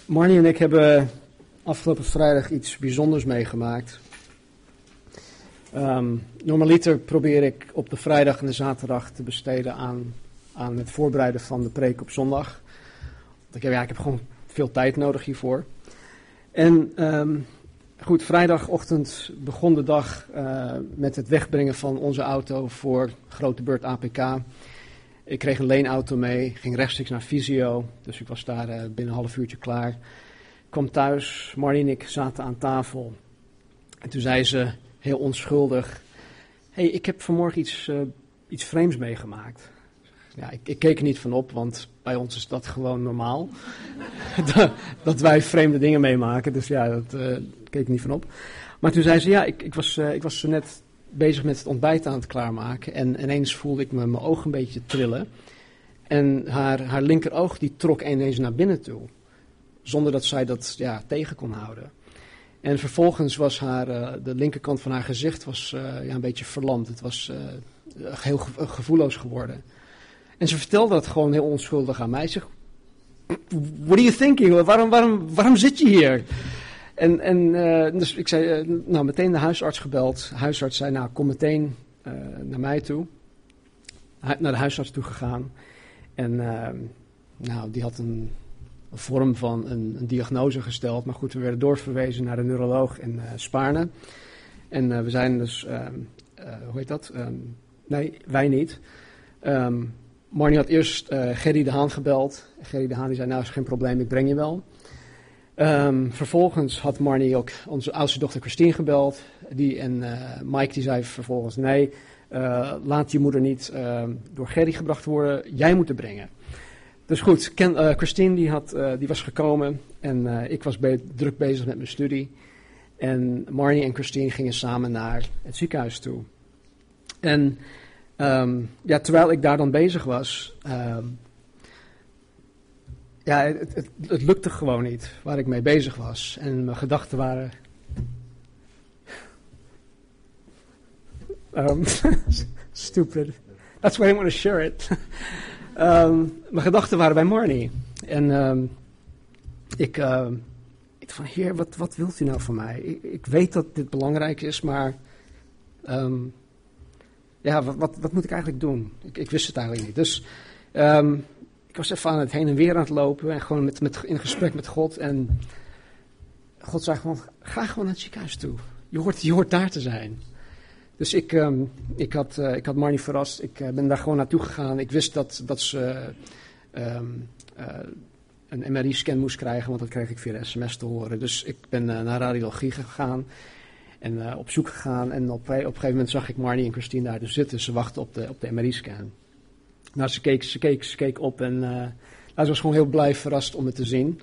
Marnie en ik hebben afgelopen vrijdag iets bijzonders meegemaakt. Normaliter probeer ik op de vrijdag en de zaterdag te besteden aan het voorbereiden van de preek op zondag. Ik heb gewoon veel tijd nodig hiervoor. En goed, vrijdagochtend begon de dag met het wegbrengen van onze auto voor Grote Beurt APK. Ik kreeg een leenauto mee, ging rechtstreeks naar Visio, dus ik was daar binnen een half uurtje klaar. Ik kwam thuis, Marnie en ik zaten aan tafel. En toen zei ze, heel onschuldig, hey, ik heb vanmorgen iets vreemds meegemaakt. Ja, ik keek er niet van op, want bij ons is dat gewoon normaal. dat wij vreemde dingen meemaken, dus ja, dat keek ik niet van op. Maar toen zei ze, ja, ik was zo net bezig met het ontbijt aan het klaarmaken. En ineens voelde ik mijn oog een beetje trillen. En haar linkeroog die trok ineens naar binnen toe. Zonder dat zij dat tegen kon houden. En vervolgens was de linkerkant van haar gezicht was, een beetje verlamd. Het was heel gevoelloos geworden. En ze vertelde dat gewoon heel onschuldig aan mij. Ze zegt, what are you thinking? Waarom zit je hier? Dus ik zei, meteen de huisarts gebeld. De huisarts zei, kom meteen naar mij toe. Naar de huisarts toe gegaan. En die had een vorm van een diagnose gesteld. Maar goed, we werden doorverwezen naar de neuroloog in Spaarne. En we zijn dus, hoe heet dat? Nee, wij niet. Marnie had eerst Gerry de Haan gebeld. Gerry de Haan die zei, is geen probleem, ik breng je wel. Vervolgens had Marnie ook onze oudste dochter Christine gebeld. En Mike die zei vervolgens, nee, laat je moeder niet door Gerry gebracht worden, jij moet haar brengen. Dus goed, Christine die was gekomen en ik was druk bezig met mijn studie. En Marnie en Christine gingen samen naar het ziekenhuis toe. En terwijl ik daar dan bezig was, het lukte gewoon niet waar ik mee bezig was. En mijn gedachten waren stupid. That's why I want to share it. Mijn gedachten waren bij Marnie. En ik dacht van, Heer, wat wilt u nou van mij? Ik weet dat dit belangrijk is, maar wat moet ik eigenlijk doen? Ik wist het eigenlijk niet. Dus ik was even aan het heen en weer aan het lopen en gewoon in gesprek met God. En God zei gewoon, ga gewoon naar het ziekenhuis toe. Je hoort daar te zijn. Dus ik had Marnie verrast. Ik ben daar gewoon naartoe gegaan. Ik wist dat ze een MRI-scan moest krijgen, want dat kreeg ik via de sms te horen. Dus ik ben naar radiologie gegaan en op zoek gegaan. En op een gegeven moment zag ik Marnie en Christine daar dus zitten. Ze wachten op de MRI-scan. Nou, ze keek op en ze was gewoon heel blij verrast om het te zien.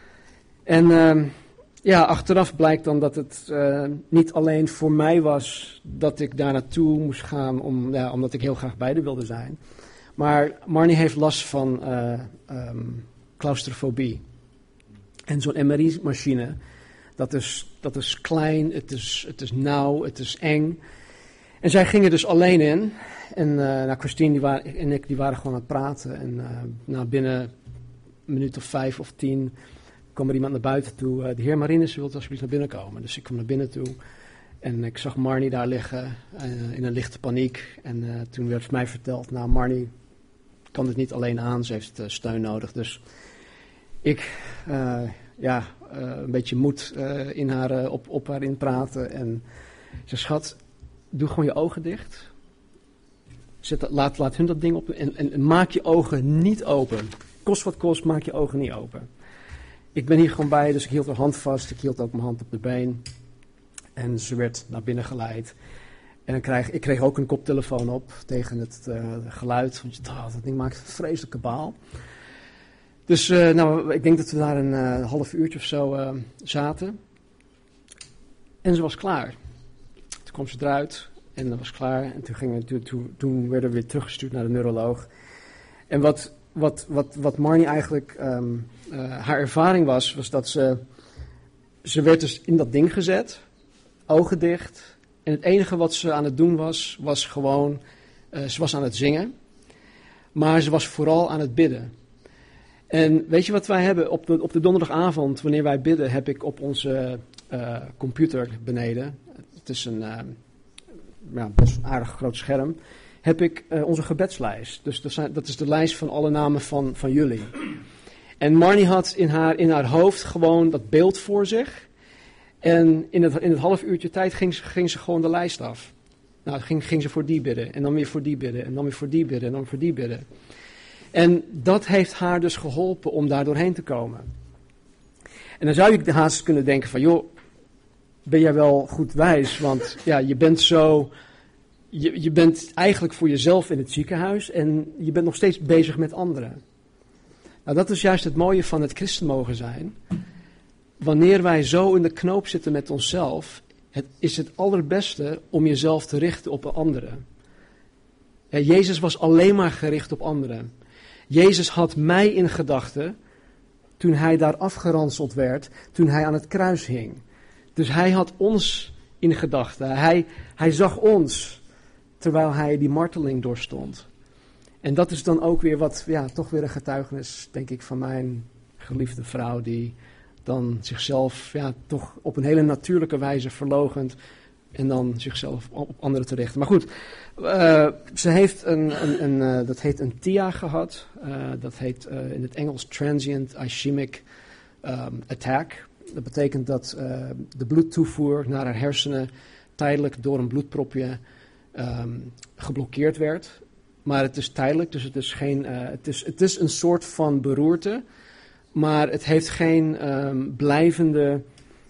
En achteraf blijkt dan dat het niet alleen voor mij was dat ik daar naartoe moest gaan, omdat ik heel graag bij haar wilde zijn. Maar Marnie heeft last van claustrofobie. En zo'n MRI-machine, dat is klein, het is nauw, het is eng. En zij gingen dus alleen in. En Christine en ik waren gewoon aan het praten. En binnen een minuut of 5 of 10 kwam er iemand naar buiten toe. De heer Marinus wilt alsjeblieft naar binnen komen. Dus ik kwam naar binnen toe. En ik zag Marnie daar liggen in een lichte paniek. En toen werd mij verteld, Marnie kan dit niet alleen aan. Ze heeft steun nodig. Dus ik, een beetje moed in haar, op haar in praten. En ik zei, schat, doe gewoon je ogen dicht. Laat hun dat ding op en maak je ogen niet open. Kost wat kost, maak je ogen niet open. Ik ben hier gewoon bij, dus ik hield haar hand vast. Ik hield ook mijn hand op de been. En ze werd naar binnen geleid. En ik kreeg ook een koptelefoon op tegen het geluid. Want dat ding maakt een vreselijke baal. Dus ik denk dat we daar een half uurtje of zo zaten. En ze was klaar. Toen kwam ze eruit. En dat was klaar. En toen werden we weer teruggestuurd naar de neuroloog. En wat Marnie eigenlijk, haar ervaring was dat ze werd dus in dat ding gezet. Ogen dicht. En het enige wat ze aan het doen was gewoon, ze was aan het zingen. Maar ze was vooral aan het bidden. En weet je wat wij hebben? Op de donderdagavond, wanneer wij bidden, heb ik op onze computer beneden, het is een best een aardig groot scherm, heb ik onze gebedslijst. Dus dat is de lijst van alle namen van jullie. En Marnie had in haar hoofd gewoon dat beeld voor zich. En in het half uurtje tijd ging ze gewoon de lijst af. Nou, ging ze voor die bidden. En dan weer voor die bidden. En dan weer voor die bidden. En dan voor die bidden. En dat heeft haar dus geholpen om daar doorheen te komen. En dan zou je haast kunnen denken van, joh, ben jij wel goed wijs? Want ja, je bent zo, je bent eigenlijk voor jezelf in het ziekenhuis en je bent nog steeds bezig met anderen. Nou, dat is juist het mooie van het christen mogen zijn. Wanneer wij zo in de knoop zitten met onszelf, is het allerbeste om jezelf te richten op anderen. Jezus was alleen maar gericht op anderen. Jezus had mij in gedachten toen hij daar afgeranseld werd, toen hij aan het kruis hing. Dus hij had ons in gedachten. Hij zag ons terwijl hij die marteling doorstond. En dat is dan ook weer toch weer een getuigenis, denk ik, van mijn geliefde vrouw, die dan zichzelf toch op een hele natuurlijke wijze verloochent en dan zichzelf op anderen te richten. Maar goed, ze heeft dat heet een TIA gehad. Dat heet in het Engels Transient Ischemic Attack. Dat betekent dat de bloedtoevoer naar haar hersenen tijdelijk door een bloedpropje geblokkeerd werd. Maar het is tijdelijk, dus het is een soort van beroerte. Maar het heeft geen blijvende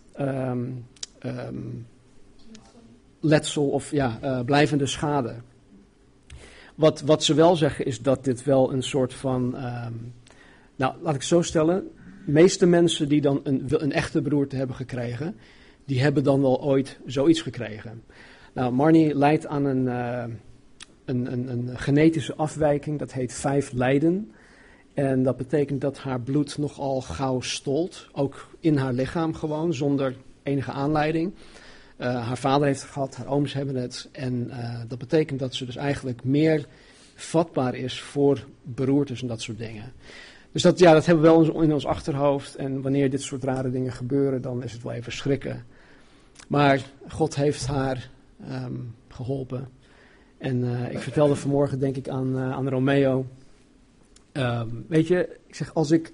letsel of blijvende schade. Wat ze wel zeggen is dat dit wel een soort van, laat ik het zo stellen. De meeste mensen die dan een echte beroerte hebben gekregen, die hebben dan wel ooit zoiets gekregen. Nou, Marnie lijdt aan een genetische afwijking, dat heet 5 lijden. En dat betekent dat haar bloed nogal gauw stolt, ook in haar lichaam gewoon, zonder enige aanleiding. Haar vader heeft het gehad, haar ooms hebben het. En dat betekent dat ze dus eigenlijk meer vatbaar is voor beroertes en dat soort dingen. Dus dat hebben we wel in ons achterhoofd. En wanneer dit soort rare dingen gebeuren, dan is het wel even schrikken. Maar God heeft haar geholpen. En ik vertelde vanmorgen, denk ik, aan Romeo. Weet je, ik zeg,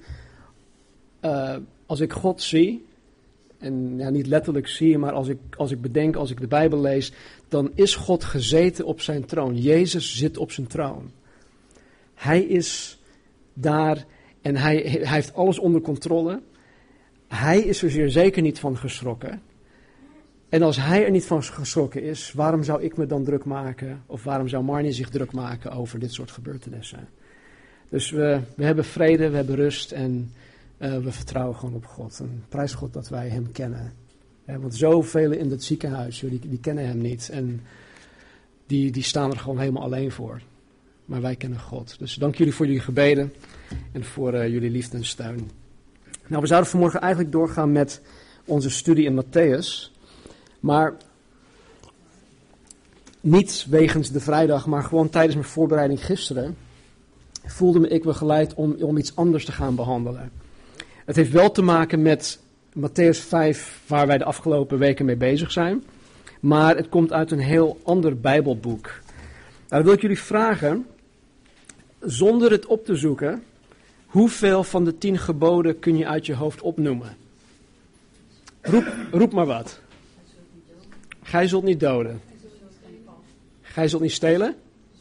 als ik God zie, en niet letterlijk zie, maar als ik bedenk, als ik de Bijbel lees, dan is God gezeten op zijn troon. Jezus zit op zijn troon. Hij is daar en hij heeft alles onder controle. Hij is er zeer zeker niet van geschrokken. En als hij er niet van geschrokken is, waarom zou ik me dan druk maken, of waarom zou Marnie zich druk maken over dit soort gebeurtenissen? Dus we hebben vrede, we hebben rust en we vertrouwen gewoon op God. En prijs God dat wij hem kennen. Want zoveel in het ziekenhuis, die kennen hem niet. En die staan er gewoon helemaal alleen voor. Maar wij kennen God. Dus dank jullie voor jullie gebeden en voor jullie liefde en steun. Nou, we zouden vanmorgen eigenlijk doorgaan met onze studie in Mattheüs. Maar niet wegens de vrijdag, maar gewoon tijdens mijn voorbereiding gisteren voelde ik me geleid om iets anders te gaan behandelen. Het heeft wel te maken met Mattheüs 5, waar wij de afgelopen weken mee bezig zijn. Maar het komt uit een heel ander Bijbelboek. Nou, dan wil ik jullie vragen, zonder het op te zoeken, hoeveel van de 10 geboden kun je uit je hoofd opnoemen? Roep maar wat. Gij zult niet doden. Gij zult niet stelen.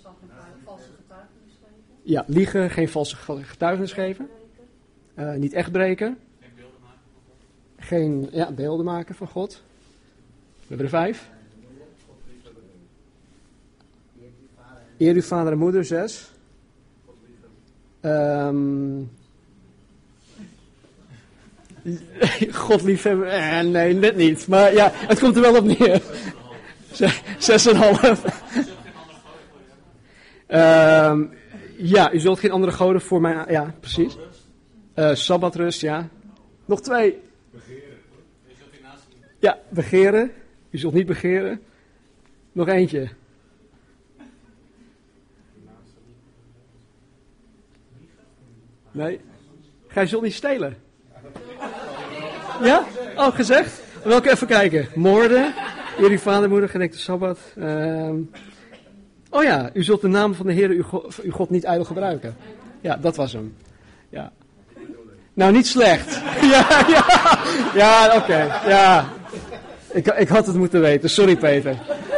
Ja, liegen, geen valse getuigenis geven. Niet echt breken. Geen beelden maken van God. We hebben er 5. Eer uw vader en moeder, 6. God liefhebben, nee, net niet. Maar ja, het komt er wel op neer. 6,5. Ja, u zult geen andere goden voor mij... Ja, precies. Sabbatrust, ja. Nog 2. Begeren. Ja, begeren. U zult niet begeren. Nog eentje. Nee. Gij zult niet stelen. Ja? Oh, gezegd? Welke even kijken. Moorden. Eer uw vader en moeder, gedenk de Sabbat. Oh ja, u zult de naam van de Heer uw God niet ijdel gebruiken. Ja, dat was hem. Ja. Nou, niet slecht. Ja, oké. Ja. Ik had het moeten weten. Sorry, Peter.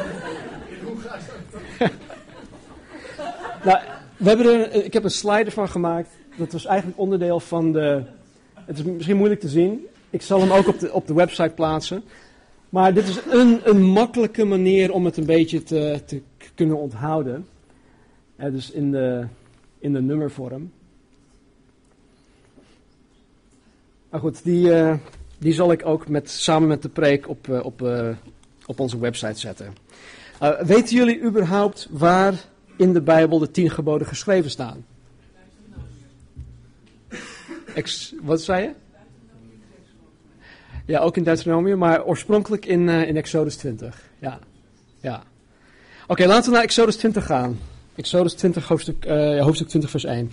Nou, ik heb een slide ervan gemaakt. Dat was eigenlijk onderdeel van de... Het is misschien moeilijk te zien. Ik zal hem ook op de website plaatsen. Maar dit is een makkelijke manier om het een beetje te kunnen onthouden. Dus in de nummervorm. Maar goed, die zal ik ook samen met de preek op onze website zetten. Weten jullie überhaupt waar in de Bijbel de 10 geboden geschreven staan? Wat zei je? Ja, ook in Deuteronomium, maar oorspronkelijk in Exodus 20. Ja. Oké, laten we naar Exodus 20 gaan. Exodus 20, hoofdstuk 20, vers 1.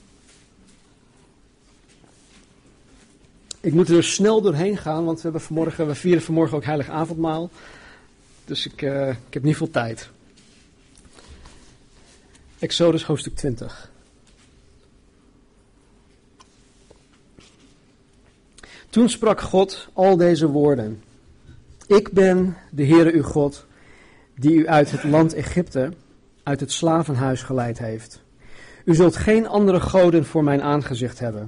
Ik moet er dus snel doorheen gaan, want we vieren vanmorgen ook heilig avondmaal. Dus ik heb niet veel tijd. Exodus hoofdstuk 20. Toen sprak God al deze woorden. Ik ben de Heere uw God, die u uit het land Egypte, uit het slavenhuis geleid heeft. U zult geen andere goden voor mijn aangezicht hebben.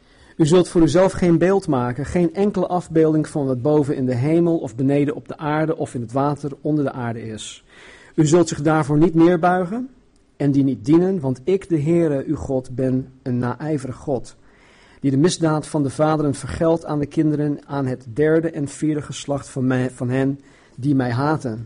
U zult voor uzelf geen beeld maken, geen enkele afbeelding van wat boven in de hemel of beneden op de aarde of in het water onder de aarde is. U zult zich daarvoor niet neerbuigen en die niet dienen, want ik, de Heere uw God, ben een naijverig God, die de misdaad van de vaderen vergeldt aan de kinderen, aan het 3e en 4e geslacht van hen die mij haten.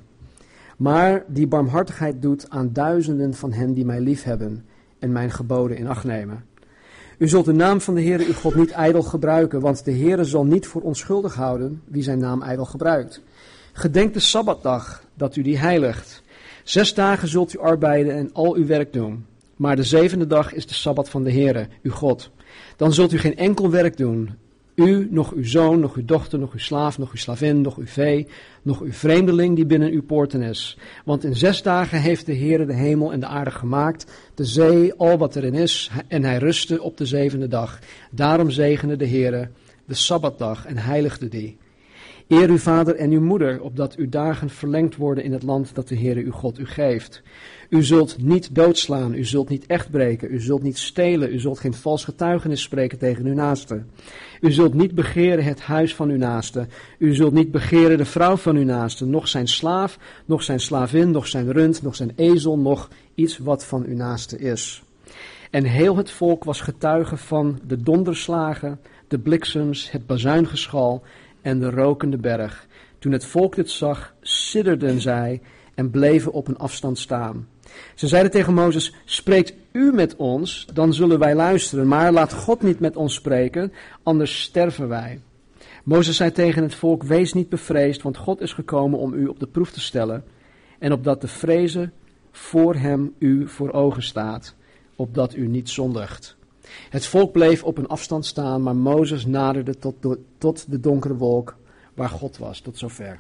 Maar die barmhartigheid doet aan duizenden van hen die mij liefhebben en mijn geboden in acht nemen. U zult de naam van de Heere uw God niet ijdel gebruiken, want de Heere zal niet voor onschuldig houden wie zijn naam ijdel gebruikt. Gedenk de Sabbatdag, dat u die heiligt. 6 dagen zult u arbeiden en al uw werk doen. Maar de 7e dag is de Sabbat van de Heere, uw God. Dan zult u geen enkel werk doen. U, nog uw zoon, nog uw dochter, nog uw slaaf, nog uw slavin, nog uw vee, nog uw vreemdeling die binnen uw poorten is. Want in 6 dagen heeft de Heere de hemel en de aarde gemaakt, de zee, al wat erin is, en hij rustte op de 7e dag. Daarom zegende de Heere de Sabbatdag en heiligde die. Eer uw vader en uw moeder, opdat uw dagen verlengd worden in het land dat de Heere uw God u geeft. U zult niet doodslaan, u zult niet echt breken, u zult niet stelen, u zult geen vals getuigenis spreken tegen uw naaste. U zult niet begeren het huis van uw naaste, u zult niet begeren de vrouw van uw naaste, noch zijn slaaf, noch zijn slavin, noch zijn rund, noch zijn ezel, noch iets wat van uw naaste is. En heel het volk was getuige van de donderslagen, de bliksems, het bazuingeschal en de rokende berg. Toen het volk dit zag, sidderden zij en bleven op een afstand staan. Ze zeiden tegen Mozes, spreekt u met ons, dan zullen wij luisteren, maar laat God niet met ons spreken, anders sterven wij. Mozes zei tegen het volk, wees niet bevreesd, want God is gekomen om u op de proef te stellen, en opdat de vrezen voor hem u voor ogen staat, opdat u niet zondigt. Het volk bleef op een afstand staan, maar Mozes naderde tot de donkere wolk waar God was, tot zover.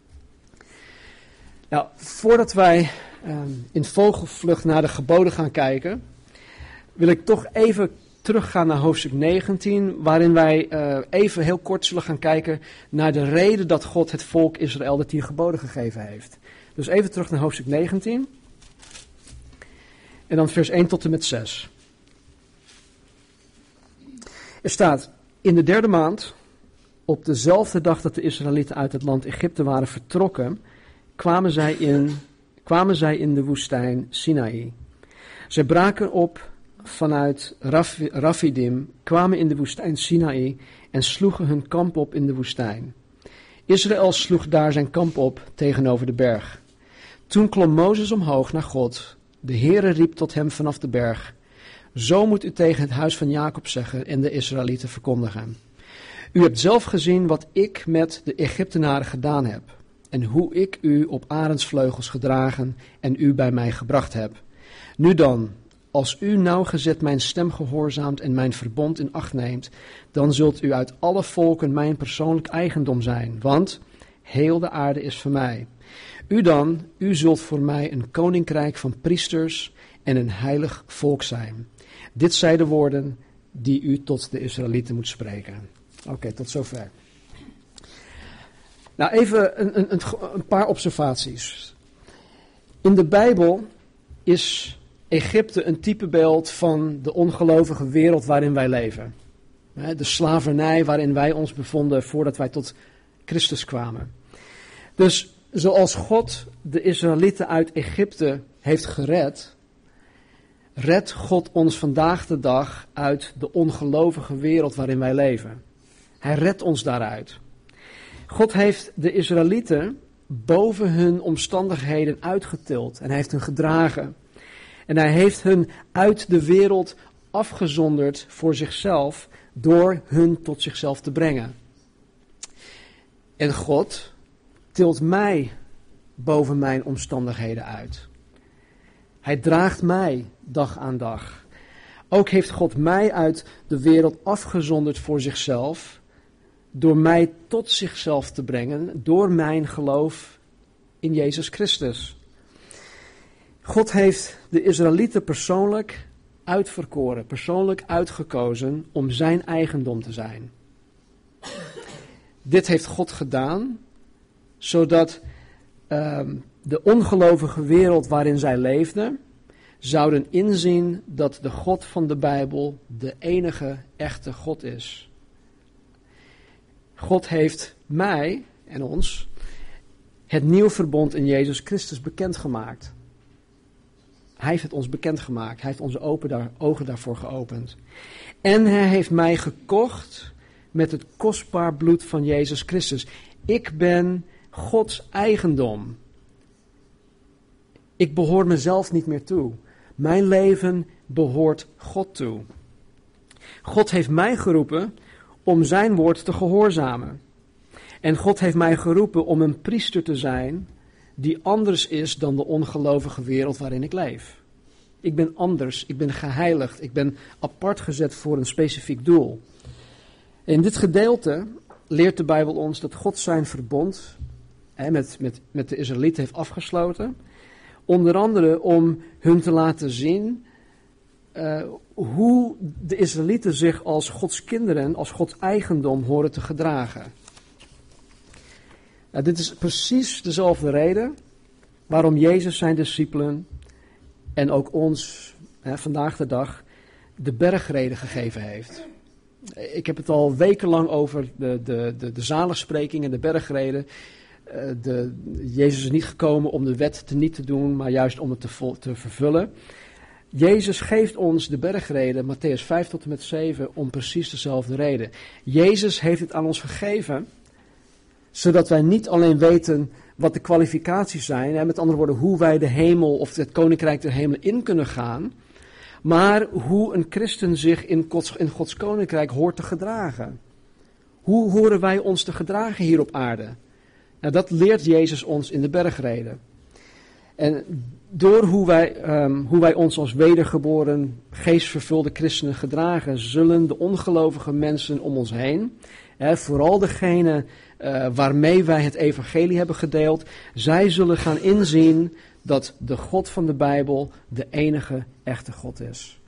Nou, voordat wij in vogelvlucht naar de geboden gaan kijken, wil ik toch even teruggaan naar hoofdstuk 19, waarin wij even heel kort zullen gaan kijken naar de reden dat God het volk Israël de 10 geboden gegeven heeft. Dus even terug naar hoofdstuk 19 en dan vers 1 tot en met 6. Er staat, in de 3e maand, op dezelfde dag dat de Israëlieten uit het land Egypte waren vertrokken, kwamen zij in de woestijn Sinaï. Zij braken op vanuit Rafidim, kwamen in de woestijn Sinaï en sloegen hun kamp op in de woestijn. Israël sloeg daar zijn kamp op tegenover de berg. Toen klom Mozes omhoog naar God. De Heere riep tot hem vanaf de berg. Zo moet u tegen het huis van Jacob zeggen en de Israëlieten verkondigen. U hebt zelf gezien wat ik met de Egyptenaren gedaan heb. En hoe ik u op arendsvleugels gedragen en u bij mij gebracht heb. Nu dan, als u nauwgezet mijn stem gehoorzaamt en mijn verbond in acht neemt, dan zult u uit alle volken mijn persoonlijk eigendom zijn, want heel de aarde is van mij. U zult voor mij een koninkrijk van priesters en een heilig volk zijn. Dit zijn de woorden die u tot de Israëlieten moet spreken. Oké, tot zover. Nou, even een paar observaties. In de Bijbel is Egypte een typebeeld van de ongelovige wereld waarin wij leven. De slavernij waarin wij ons bevonden voordat wij tot Christus kwamen. Dus zoals God de Israëlieten uit Egypte heeft gered, redt God ons vandaag de dag uit de ongelovige wereld waarin wij leven. Hij redt ons daaruit. God heeft de Israëlieten boven hun omstandigheden uitgetild en hij heeft hen gedragen. En hij heeft hun uit de wereld afgezonderd voor zichzelf door hun tot zichzelf te brengen. En God tilt mij boven mijn omstandigheden uit. Hij draagt mij dag aan dag. Ook heeft God mij uit de wereld afgezonderd voor zichzelf, door mij tot zichzelf te brengen, door mijn geloof in Jezus Christus. God heeft de Israëlieten persoonlijk uitverkoren, persoonlijk uitgekozen om zijn eigendom te zijn. Dit heeft God gedaan, zodat de ongelovige wereld waarin zij leefden, zouden inzien dat de God van de Bijbel de enige echte God is. God heeft mij en ons het nieuw verbond in Jezus Christus bekendgemaakt. Hij heeft het ons bekendgemaakt. Hij heeft onze ogen daarvoor geopend. En hij heeft mij gekocht met het kostbaar bloed van Jezus Christus. Ik ben Gods eigendom. Ik behoor mezelf niet meer toe. Mijn leven behoort God toe. God heeft mij geroepen om zijn woord te gehoorzamen. En God heeft mij geroepen om een priester te zijn die anders is dan de ongelovige wereld waarin ik leef. Ik ben anders, ik ben geheiligd, ik ben apart gezet voor een specifiek doel. In dit gedeelte leert de Bijbel ons dat God zijn verbond met de Israëlieten heeft afgesloten. Onder andere om hun te laten zien hoe de Israëlieten zich als Gods kinderen, als Gods eigendom horen te gedragen. Dit is precies dezelfde reden waarom Jezus zijn discipelen en ook ons vandaag de dag de bergreden gegeven heeft. Ik heb het al wekenlang over de zaligspreking en de bergreden. Jezus is niet gekomen om de wet niet te doen, maar juist om het te vervullen. Jezus geeft ons de bergreden, Mattheüs 5 tot en met 7, om precies dezelfde reden. Jezus heeft het aan ons gegeven, zodat wij niet alleen weten wat de kwalificaties zijn, met andere woorden hoe wij de hemel of het koninkrijk der hemel in kunnen gaan, maar hoe een christen zich in Gods koninkrijk hoort te gedragen. Hoe horen wij ons te gedragen hier op aarde? Nou, dat leert Jezus ons in de bergreden. En door hoe wij ons als wedergeboren, geestvervulde christenen gedragen, zullen de ongelovige mensen om ons heen, vooral degene waarmee wij het evangelie hebben gedeeld, zij zullen gaan inzien dat de God van de Bijbel de enige echte God is.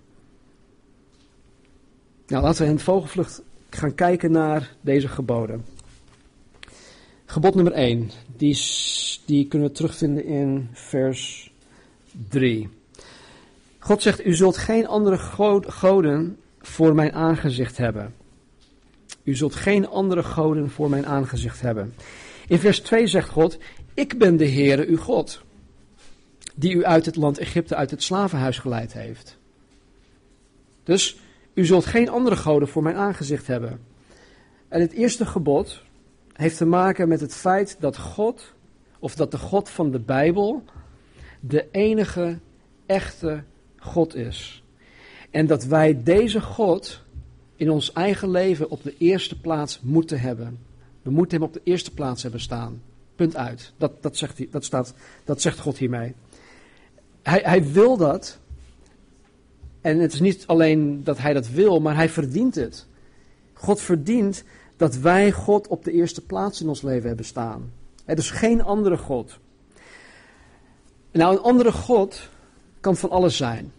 Nou, laten we in vogelvlucht gaan kijken naar deze geboden. Gebod nummer 1, die kunnen we terugvinden in vers 3. God zegt, u zult geen andere goden voor mijn aangezicht hebben. U zult geen andere goden voor mijn aangezicht hebben. In vers 2 zegt God, ik ben de Heere uw God, die u uit het land Egypte, uit het slavenhuis geleid heeft. Dus, u zult geen andere goden voor mijn aangezicht hebben. En het eerste gebod heeft te maken met het feit dat God, of dat de God van de Bijbel, de enige echte God is. En dat wij deze God in ons eigen leven op de eerste plaats moeten hebben. We moeten hem op de eerste plaats hebben staan. Punt uit. Dat zegt God hiermee. Hij wil dat En het is niet alleen dat hij dat wil, maar hij verdient het. God verdient dat wij God op de eerste plaats in ons leven hebben staan. Er is geen andere God. Nou, een andere God kan van alles zijn.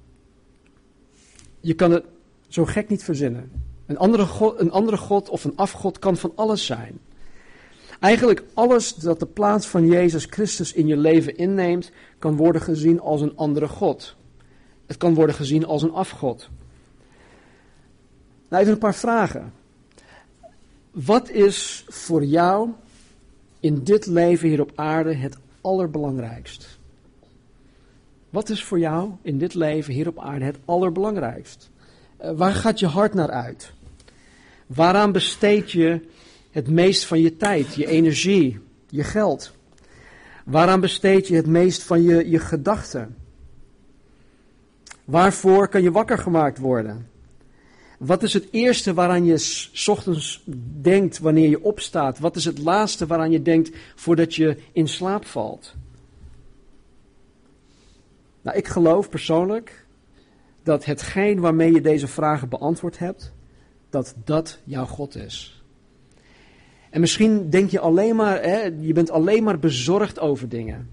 Je kan het zo gek niet verzinnen. Een andere God of een afgod kan van alles zijn. Eigenlijk alles dat de plaats van Jezus Christus in je leven inneemt, kan worden gezien als een andere God. Het kan worden gezien als een afgod. Nou, even een paar vragen. Wat is voor jou in dit leven hier op aarde het allerbelangrijkst? Wat is voor jou in dit leven hier op aarde het allerbelangrijkst? Waar gaat je hart naar uit? Waaraan besteed je het meest van je tijd, je energie, je geld? Waaraan besteed je het meest van je gedachten? Waarvoor kan je wakker gemaakt worden? Wat is het eerste waaraan je 's ochtends denkt wanneer je opstaat? Wat is het laatste waaraan je denkt voordat je in slaap valt? Nou, ik geloof persoonlijk dat hetgeen waarmee je deze vragen beantwoord hebt, dat jouw God is. En misschien denk je alleen maar, je bent alleen maar bezorgd over dingen.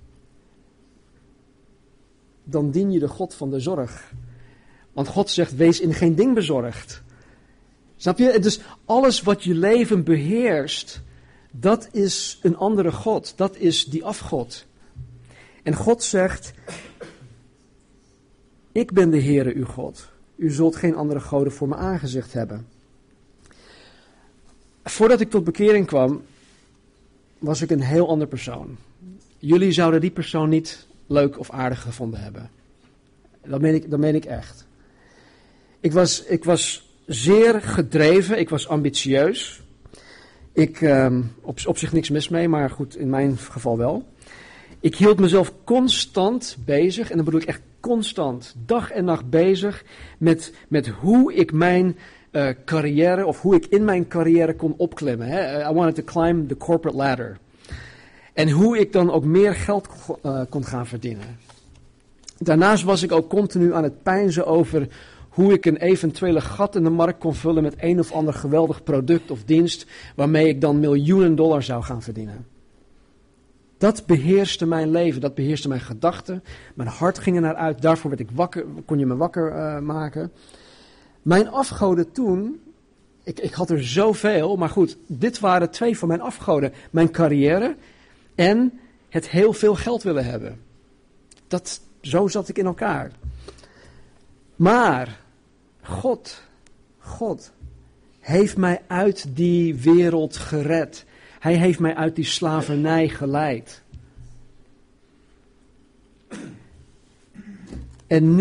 Dan dien je de God van de zorg. Want God zegt, wees in geen ding bezorgd. Snap je? Dus alles wat je leven beheerst, dat is een andere God. Dat is die afgod. En God zegt, ik ben de Heere uw God. U zult geen andere goden voor me aangezicht hebben. Voordat ik tot bekering kwam, was ik een heel ander persoon. Jullie zouden die persoon niet leuk of aardig gevonden hebben. Dat meen ik echt. Ik was zeer gedreven, ik was ambitieus. Op zich niks mis mee, maar goed, in mijn geval wel. Ik hield mezelf constant bezig, en dan bedoel ik echt constant, dag en nacht bezig met hoe ik mijn carrière, of hoe ik in mijn carrière kon opklimmen. I wanted to climb the corporate ladder. En hoe ik dan ook meer geld kon gaan verdienen. Daarnaast was ik ook continu aan het peinzen over hoe ik een eventuele gat in de markt kon vullen met een of ander geweldig product of dienst, waarmee ik dan miljoenen dollars zou gaan verdienen. Dat beheerste mijn leven, dat beheerste mijn gedachten. Mijn hart ging er naar uit, daarvoor werd ik wakker, kon je me wakker maken. Mijn afgoden toen, ik had er zoveel, maar goed, dit waren 2 van mijn afgoden. Mijn carrière en het heel veel geld willen hebben. Zo zat ik in elkaar. Maar God heeft mij uit die wereld gered. Hij heeft mij uit die slavernij geleid. En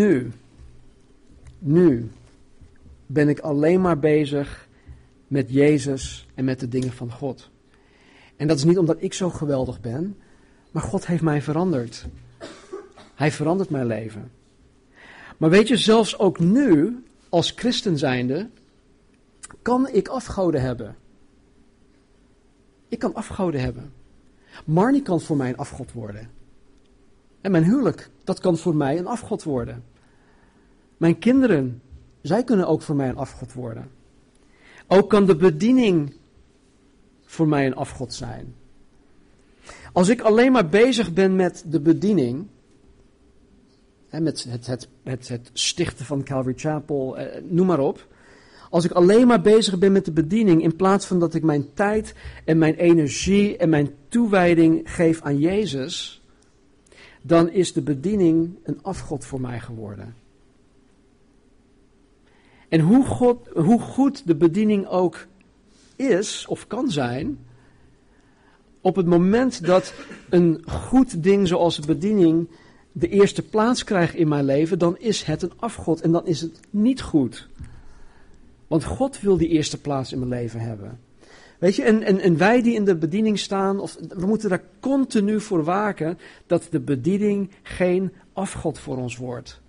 nu ben ik alleen maar bezig met Jezus en met de dingen van God. En dat is niet omdat ik zo geweldig ben, maar God heeft mij veranderd. Hij verandert mijn leven. Maar weet je, zelfs ook nu, als christen zijnde, kan ik afgoden hebben. Ik kan afgoden hebben. Marnie kan voor mij een afgod worden. En mijn huwelijk, dat kan voor mij een afgod worden. Mijn kinderen, zij kunnen ook voor mij een afgod worden. Ook kan de bediening voor mij een afgod zijn. Als ik alleen maar bezig ben met de bediening, met het stichten van Calvary Chapel, noem maar op. Als ik alleen maar bezig ben met de bediening, in plaats van dat ik mijn tijd en mijn energie en mijn toewijding geef aan Jezus, dan is de bediening een afgod voor mij geworden. En hoe goed de bediening ook is of kan zijn, op het moment dat een goed ding zoals de bediening de eerste plaats krijgt in mijn leven, dan is het een afgod en dan is het niet goed. Want God wil die eerste plaats in mijn leven hebben. Weet je, en wij die in de bediening staan, we moeten daar continu voor waken dat de bediening geen afgod voor ons wordt.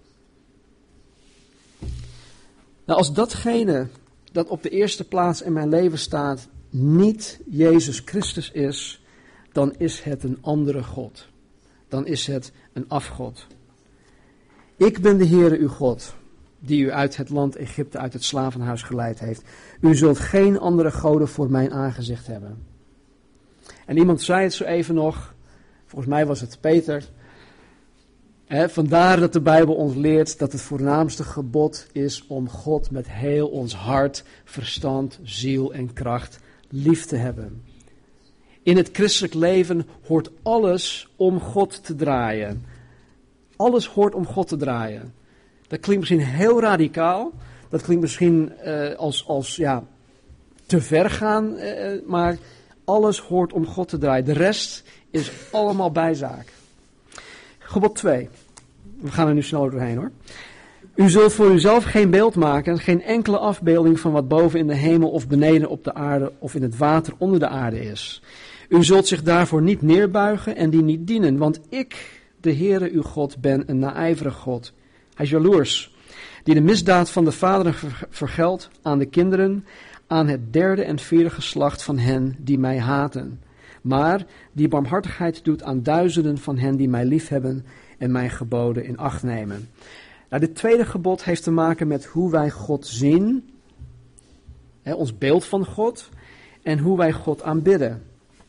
Nou, als datgene dat op de eerste plaats in mijn leven staat niet Jezus Christus is, dan is het een andere God. Dan is het een afgod. Ik ben de Heere uw God, die u uit het land Egypte, uit het slavenhuis geleid heeft. U zult geen andere goden voor mijn aangezicht hebben. En iemand zei het zo even nog, volgens mij was het Peter. Vandaar dat de Bijbel ons leert dat het voornaamste gebod is om God met heel ons hart, verstand, ziel en kracht lief te hebben. In het christelijk leven hoort alles om God te draaien. Alles hoort om God te draaien. Dat klinkt misschien heel radicaal. Dat klinkt misschien als te ver gaan. Maar alles hoort om God te draaien. De rest is allemaal bijzaak. Gebod 2. We gaan er nu snel doorheen hoor. U zult voor uzelf geen beeld maken, geen enkele afbeelding van wat boven in de hemel of beneden op de aarde of in het water onder de aarde is. U zult zich daarvoor niet neerbuigen en die niet dienen, want ik, de Heere uw God, ben een naijverig God. Hij is jaloers, die de misdaad van de vaderen vergeldt aan de kinderen, aan het derde en vierde geslacht van hen die mij haten. Maar die barmhartigheid doet aan duizenden van hen die mij liefhebben en mijn geboden in acht nemen. Nou, dit tweede gebod heeft te maken met hoe wij God zien, ons beeld van God, en hoe wij God aanbidden.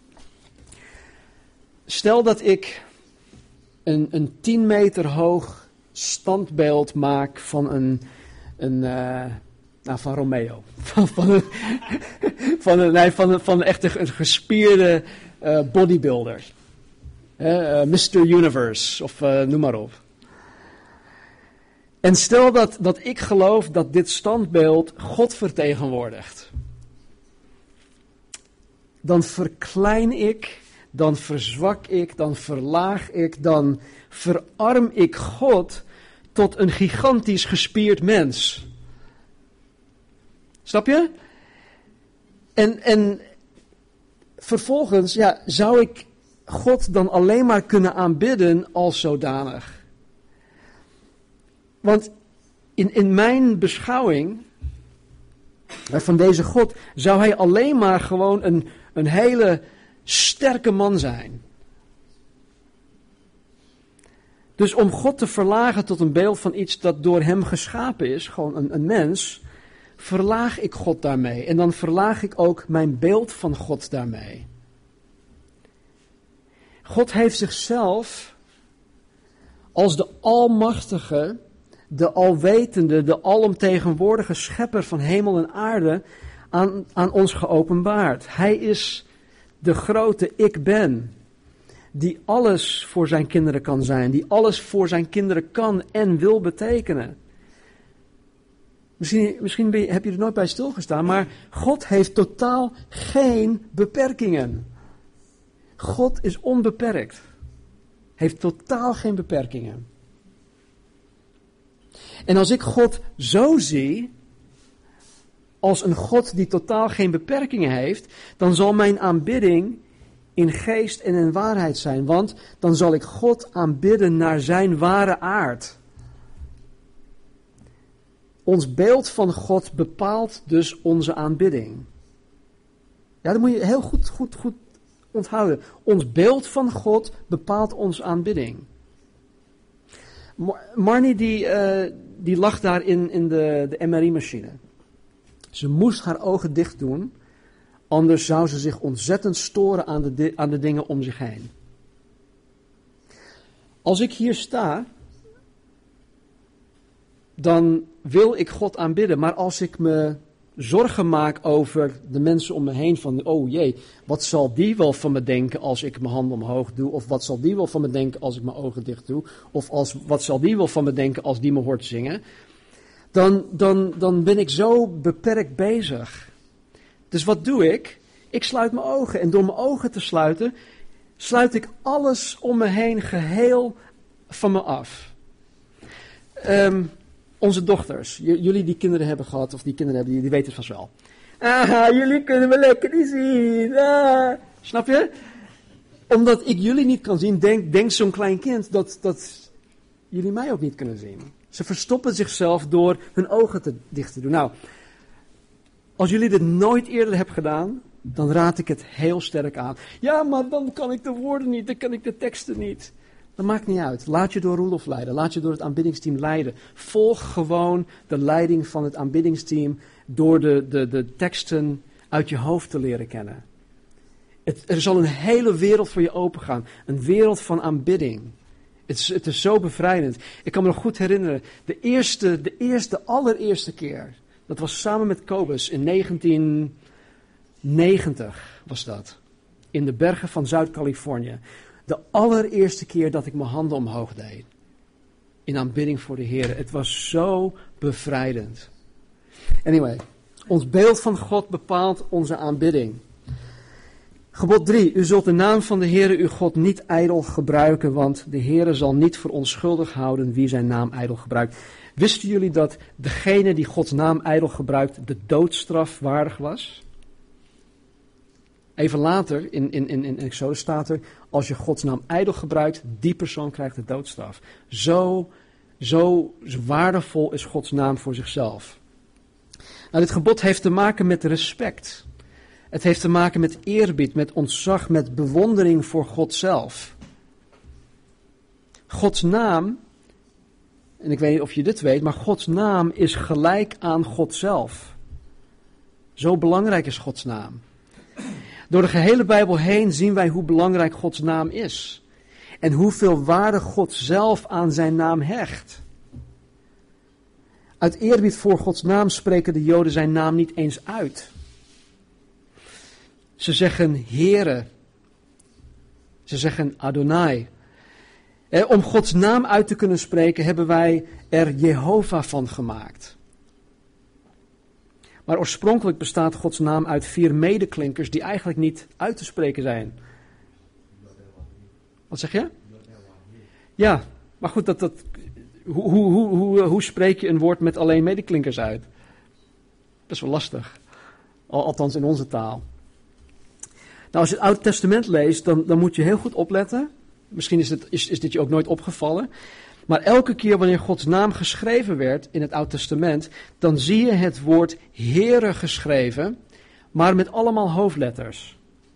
Stel dat ik een 10 meter hoog standbeeld maak van van Romeo. Van echt een gespierde bodybuilder. Mr. Universe, of noem maar op. En stel dat ik geloof dat dit standbeeld God vertegenwoordigt. Dan verklein ik, dan verzwak ik, dan verlaag ik, dan verarm ik God tot een gigantisch gespierd mens. Snap je? En vervolgens, zou ik God dan alleen maar kunnen aanbidden als zodanig? Want in mijn beschouwing van deze God zou hij alleen maar gewoon een hele sterke man zijn. Dus om God te verlagen tot een beeld van iets dat door hem geschapen is, gewoon een mens, verlaag ik God daarmee. En dan verlaag ik ook mijn beeld van God daarmee. God heeft zichzelf als de almachtige, de alwetende, de alomtegenwoordige schepper van hemel en aarde aan ons geopenbaard. Hij is de grote ik ben, die alles voor zijn kinderen kan zijn, die alles voor zijn kinderen kan en wil betekenen. Misschien heb je er nooit bij stilgestaan, maar God heeft totaal geen beperkingen. God is onbeperkt. Heeft totaal geen beperkingen. En als ik God zo zie, als een God die totaal geen beperkingen heeft, dan zal mijn aanbidding in geest en in waarheid zijn. Want dan zal ik God aanbidden naar zijn ware aard. Ons beeld van God bepaalt dus onze aanbidding. Ja, dat moet je heel goed onthouden. Ons beeld van God bepaalt onze aanbidding. Marnie die lag daar in de MRI-machine. Ze moest haar ogen dicht doen, anders zou ze zich ontzettend storen aan de dingen om zich heen. Als ik hier sta, dan wil ik God aanbidden, maar als ik me zorgen maak over de mensen om me heen, van oh jee, wat zal die wel van me denken als ik mijn handen omhoog doe, of wat zal die wel van me denken als ik mijn ogen dicht doe, of wat zal die wel van me denken als die me hoort zingen, dan ben ik zo beperkt bezig. Dus wat doe ik? Ik sluit mijn ogen en door mijn ogen te sluiten, sluit ik alles om me heen geheel van me af. Onze dochters, jullie die kinderen hebben gehad, of die kinderen hebben, die weten het vast wel. Jullie kunnen me lekker niet zien. Snap je? Omdat ik jullie niet kan zien, denkt zo'n klein kind dat jullie mij ook niet kunnen zien. Ze verstoppen zichzelf door hun ogen dicht te doen. Nou, als jullie dit nooit eerder hebben gedaan, dan raad ik het heel sterk aan. Ja, maar dan kan ik de woorden niet, dan kan ik de teksten niet. Dat maakt niet uit. Laat je door Roelof leiden. Laat je door het aanbiddingsteam leiden. Volg gewoon de leiding van het aanbiddingsteam door de teksten uit je hoofd te leren kennen. Er zal een hele wereld voor je opengaan. Een wereld van aanbidding. Het is zo bevrijdend. Ik kan me nog goed herinneren. De allereerste keer. Dat was samen met Kobus in 1990 was dat. In de bergen van Zuid-Californië. De allereerste keer dat ik mijn handen omhoog deed. In aanbidding voor de Heer. Het was zo bevrijdend. Anyway. Ons beeld van God bepaalt onze aanbidding. Gebod 3. U zult de naam van de Heere uw God niet ijdel gebruiken, want de Heere zal niet voor onschuldig houden wie zijn naam ijdel gebruikt. Wisten jullie dat degene die Gods naam ijdel gebruikt de doodstraf waardig was? Even later in Exodus staat er, als je Gods naam ijdel gebruikt, die persoon krijgt de doodstraf. Zo waardevol is Gods naam voor zichzelf. Nou, dit gebod heeft te maken met respect. Het heeft te maken met eerbied, met ontzag, met bewondering voor God zelf. Gods naam, en ik weet niet of je dit weet, maar Gods naam is gelijk aan God zelf. Zo belangrijk is Gods naam. Door de gehele Bijbel heen zien wij hoe belangrijk Gods naam is. En hoeveel waarde God zelf aan zijn naam hecht. Uit eerbied voor Gods naam spreken de Joden zijn naam niet eens uit. Ze zeggen Heere. Ze zeggen Adonai. Om Gods naam uit te kunnen spreken hebben wij er Jehovah van gemaakt. Maar oorspronkelijk bestaat Gods naam uit 4 medeklinkers die eigenlijk niet uit te spreken zijn. Wat zeg je? Ja, maar goed, hoe spreek je een woord met alleen medeklinkers uit? Dat is wel lastig. Althans in onze taal. Nou, als je het Oude Testament leest, dan moet je heel goed opletten. Misschien is dit je ook nooit opgevallen. Maar elke keer wanneer Gods naam geschreven werd in het Oude Testament, dan zie je het woord Heere geschreven, maar met allemaal hoofdletters.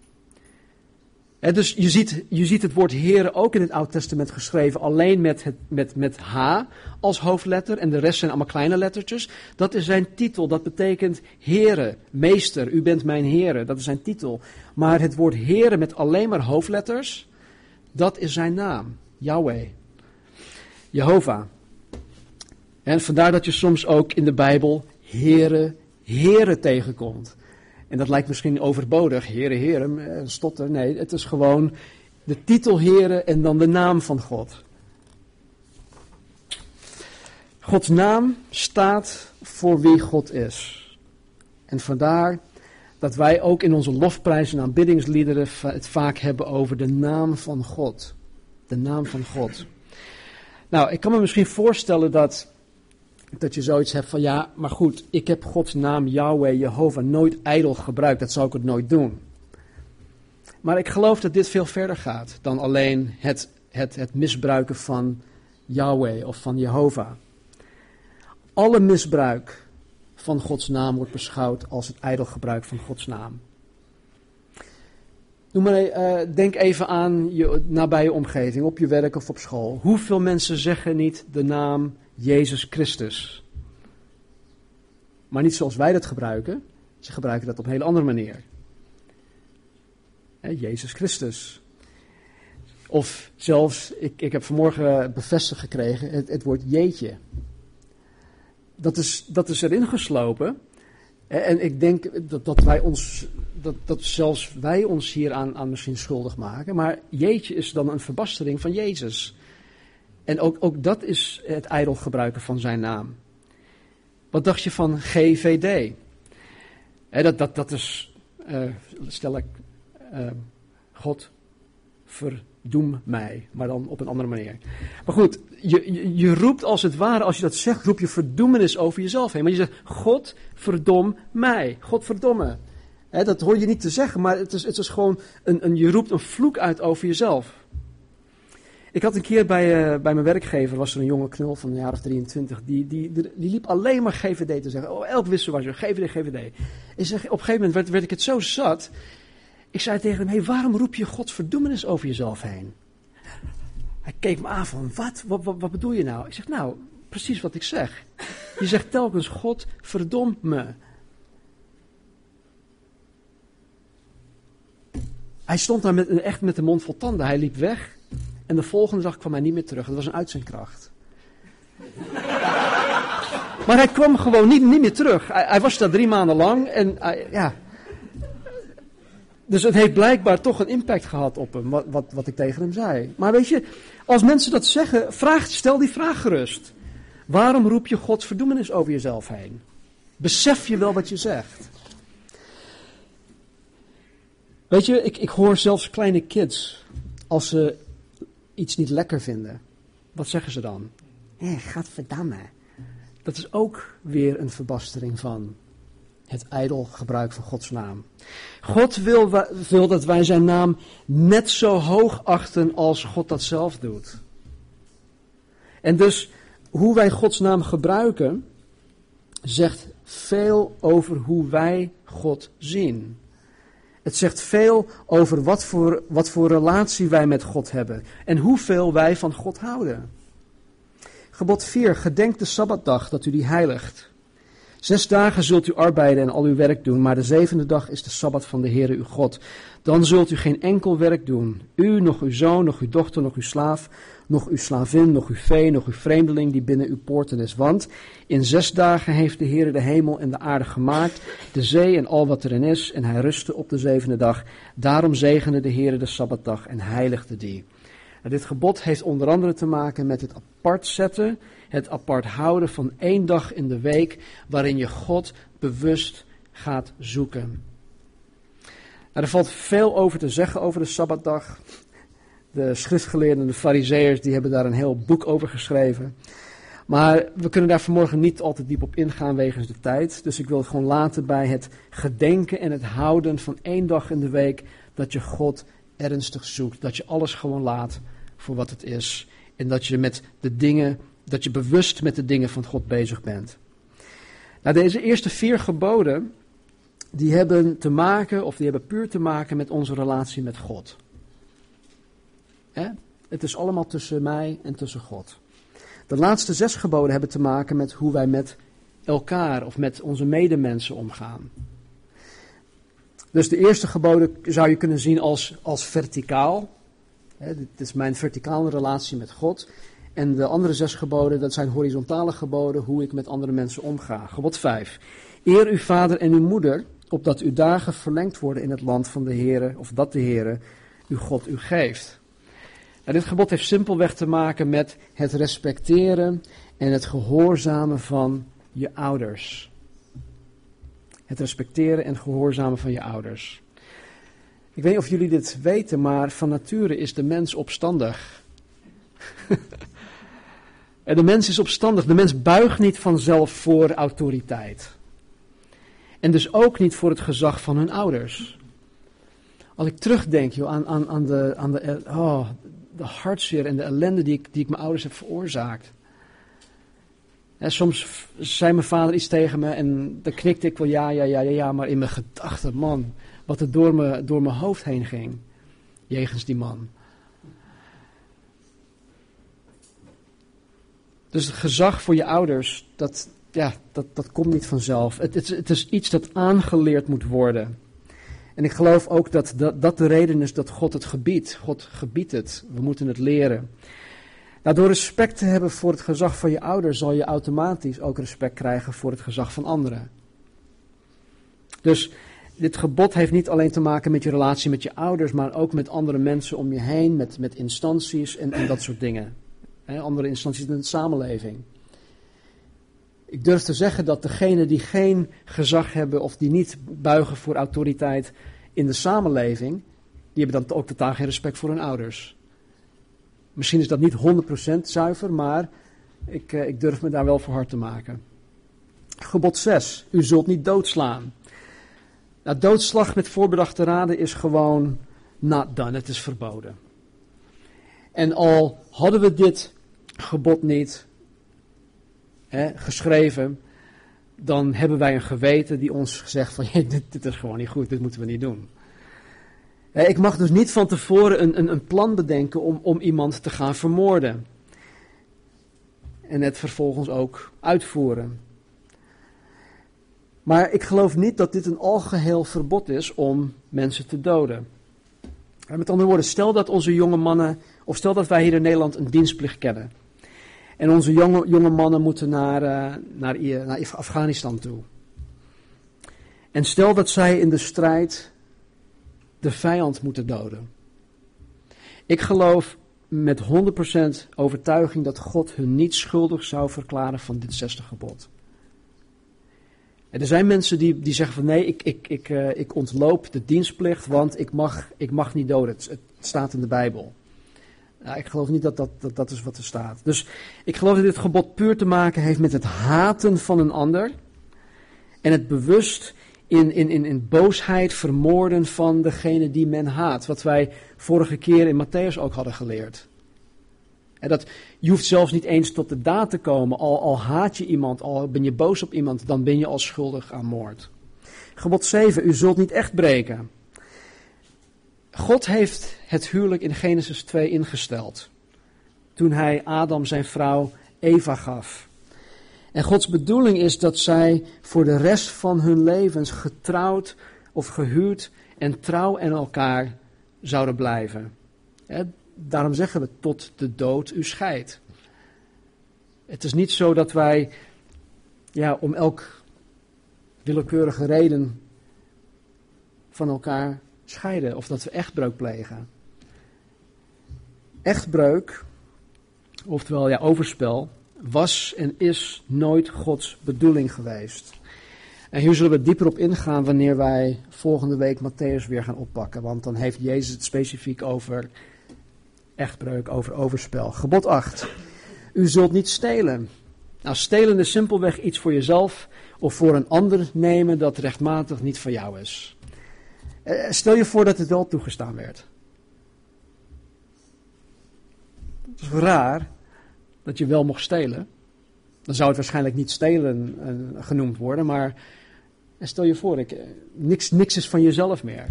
Dus je ziet het woord Heere ook in het Oude Testament geschreven, alleen met H als hoofdletter en de rest zijn allemaal kleine lettertjes. Dat is zijn titel, dat betekent Heere, meester, u bent mijn Heere, dat is zijn titel. Maar het woord Heere met alleen maar hoofdletters, dat is zijn naam, Yahweh, Jehovah. En vandaar dat je soms ook in de Bijbel Heere, Heere tegenkomt. En dat lijkt misschien overbodig, Heere, stotter. Nee, het is gewoon de titel Heere en dan de naam van God. Gods naam staat voor wie God is. En vandaar dat wij ook in onze lofprijzen en aanbiddingsliederen het vaak hebben over de naam van God. De naam van God. Nou, ik kan me misschien voorstellen dat je zoiets hebt van, ja, maar goed, ik heb Gods naam Yahweh, Jehovah, nooit ijdel gebruikt, dat zou ik het nooit doen. Maar ik geloof dat dit veel verder gaat dan alleen het misbruiken van Yahweh of van Jehovah. Alle misbruik van Gods naam wordt beschouwd als het ijdelgebruik van Gods naam. Denk even aan je nabije omgeving, op je werk of op school. Hoeveel mensen zeggen niet de naam Jezus Christus? Maar niet zoals wij dat gebruiken. Ze gebruiken dat op een hele andere manier. Jezus Christus. Of zelfs, ik heb vanmorgen bevestigd gekregen, het woord jeetje. Dat is erin geslopen. En ik denk dat zelfs wij ons hier aan misschien schuldig maken. Maar jeetje is dan een verbastering van Jezus. En ook dat is het ijdel gebruiken van zijn naam. Wat dacht je van GVD? Dat is, stel ik, God verdoem mij, maar dan op een andere manier. Maar goed, je roept als het ware, als je dat zegt, roep je verdoemenis over jezelf heen. Maar je zegt, God verdom mij, God verdomme. Dat hoor je niet te zeggen, maar het is gewoon, je roept een vloek uit over jezelf. Ik had een keer bij mijn werkgever, was er een jonge knul van een jaar of 23, die liep alleen maar GVD te zeggen. Oh, elk wissel was er, GVD. Ik zeg, op een gegeven moment werd ik het zo zat. Ik zei tegen hem, waarom roep je Gods verdoemenis over jezelf heen? Hij keek me aan van, wat bedoel je nou? Ik zeg, nou, precies wat ik zeg. Je zegt telkens, God, verdom me. Hij stond daar echt met de mond vol tanden. Hij liep weg. En de volgende dag kwam hij niet meer terug. Dat was een uitzendkracht. Maar hij kwam gewoon niet meer terug. Hij was daar 3 maanden lang. En Dus het heeft blijkbaar toch een impact gehad op hem, wat ik tegen hem zei. Maar weet je, als mensen dat zeggen, stel die vraag gerust. Waarom roep je Gods verdoemenis over jezelf heen? Besef je wel wat je zegt? Weet je, ik hoor zelfs kleine kids, als ze iets niet lekker vinden. Wat zeggen ze dan? Gadverdamme. Dat is ook weer een verbastering van het ijdel gebruik van Gods naam. God wil dat wij zijn naam net zo hoog achten als God dat zelf doet. En dus hoe wij Gods naam gebruiken, zegt veel over hoe wij God zien. Het zegt veel over wat voor relatie wij met God hebben en hoeveel wij van God houden. Gebod 4, gedenk de Sabbatdag dat u die heiligt. 6 dagen zult u arbeiden en al uw werk doen, maar de 7e dag is de Sabbat van de Heere uw God. Dan zult u geen enkel werk doen. U, nog uw zoon, nog uw dochter, nog uw slaaf, nog uw slavin, nog uw vee, nog uw vreemdeling die binnen uw poorten is. Want in 6 dagen heeft de Heere de hemel en de aarde gemaakt, de zee en al wat erin is, en hij rustte op de 7e dag. Daarom zegende de Heere de Sabbatdag en heiligde die. Dit gebod heeft onder andere te maken met het apart zetten, het apart houden van 1 dag in de week waarin je God bewust gaat zoeken. Er valt veel over te zeggen over de Sabbatdag. De schriftgeleerden en de farizeeërs die hebben daar een heel boek over geschreven. Maar we kunnen daar vanmorgen niet al te diep op ingaan wegens de tijd. Dus ik wil het gewoon laten bij het gedenken en het houden van 1 dag in de week dat je God ernstig zoekt. Dat je alles gewoon laat voor wat het is. En dat je bewust met de dingen van God bezig bent. Nou, deze eerste 4 geboden, die hebben puur te maken met onze relatie met God. Het is allemaal tussen mij en tussen God. De laatste 6 geboden hebben te maken met hoe wij met elkaar of met onze medemensen omgaan. Dus de eerste geboden zou je kunnen zien als verticaal. Dit is mijn verticale relatie met God. En de andere 6 geboden, dat zijn horizontale geboden, hoe ik met andere mensen omga. Gebod 5. Eer uw vader en uw moeder, opdat uw dagen verlengd worden in het land van de Heere, of dat de Heere, uw God u geeft. Nou, dit gebod heeft simpelweg te maken met het respecteren en het gehoorzamen van je ouders. Het respecteren en gehoorzamen van je ouders. Ik weet niet of jullie dit weten, maar van nature is de mens opstandig. En de mens is opstandig. De mens buigt niet vanzelf voor autoriteit. En dus ook niet voor het gezag van hun ouders. Als ik terugdenk aan de hartzeer en de ellende die ik mijn ouders heb veroorzaakt. En soms zei mijn vader iets tegen me en dan knikte ik wel ja, maar in mijn gedachten, man, wat er door mijn hoofd heen ging, jegens die man. Dus het gezag voor je ouders, dat komt niet vanzelf. Het is iets dat aangeleerd moet worden. En ik geloof ook dat de reden is dat God het gebiedt. God gebiedt het. We moeten het leren. Nou, door respect te hebben voor het gezag van je ouders, zal je automatisch ook respect krijgen voor het gezag van anderen. Dus dit gebod heeft niet alleen te maken met je relatie met je ouders, maar ook met andere mensen om je heen, met instanties en dat soort dingen. Andere instanties in de samenleving. Ik durf te zeggen dat degenen die geen gezag hebben of die niet buigen voor autoriteit in de samenleving, die hebben dan ook totaal geen respect voor hun ouders. Misschien is dat niet 100% zuiver, maar ik durf me daar wel voor hard te maken. Gebod 6. U zult niet doodslaan. Nou, doodslag met voorbedachte raden is gewoon not done. Het is verboden. En al hadden we dit gebod niet geschreven, dan hebben wij een geweten die ons zegt van dit is gewoon niet goed, dit moeten we niet doen. Ik mag dus niet van tevoren een plan bedenken om iemand te gaan vermoorden. En het vervolgens ook uitvoeren. Maar ik geloof niet dat dit een algeheel verbod is om mensen te doden. Met andere woorden, stel dat onze jonge mannen, of stel dat wij hier in Nederland een dienstplicht kennen. En onze jonge mannen moeten naar Afghanistan toe. En stel dat zij in de strijd de vijand moeten doden. Ik geloof met 100% overtuiging dat God hun niet schuldig zou verklaren van dit 6e gebod. En er zijn mensen die zeggen van nee, ik ontloop de dienstplicht, want ik mag niet doden. Het staat in de Bijbel. Ik geloof niet dat is wat er staat. Dus ik geloof dat dit gebod puur te maken heeft met het haten van een ander. En het bewust in boosheid vermoorden van degene die men haat. Wat wij vorige keer in Matthäus ook hadden geleerd. En je hoeft zelfs niet eens tot de daad te komen. Al haat je iemand, al ben je boos op iemand, dan ben je al schuldig aan moord. Gebod 7, u zult niet echt breken. God heeft het huwelijk in Genesis 2 ingesteld. Toen hij Adam zijn vrouw Eva gaf. En Gods bedoeling is dat zij voor de rest van hun levens getrouwd of gehuwd en trouw aan elkaar zouden blijven. Daarom zeggen we tot de dood u scheidt. Het is niet zo dat wij om elk willekeurige reden van elkaar scheiden of dat we echtbreuk plegen. Echtbreuk, oftewel overspel, was en is nooit Gods bedoeling geweest. En hier zullen we dieper op ingaan wanneer wij volgende week Matthäus weer gaan oppakken. Want dan heeft Jezus het specifiek over echtbreuk, over overspel. Gebod 8. U zult niet stelen. Nou, stelen is simpelweg iets voor jezelf of voor een ander nemen dat rechtmatig niet van jou is. Stel je voor dat het wel toegestaan werd. Het is raar dat je wel mocht stelen. Dan zou het waarschijnlijk niet stelen genoemd worden, maar stel je voor, niks is van jezelf meer.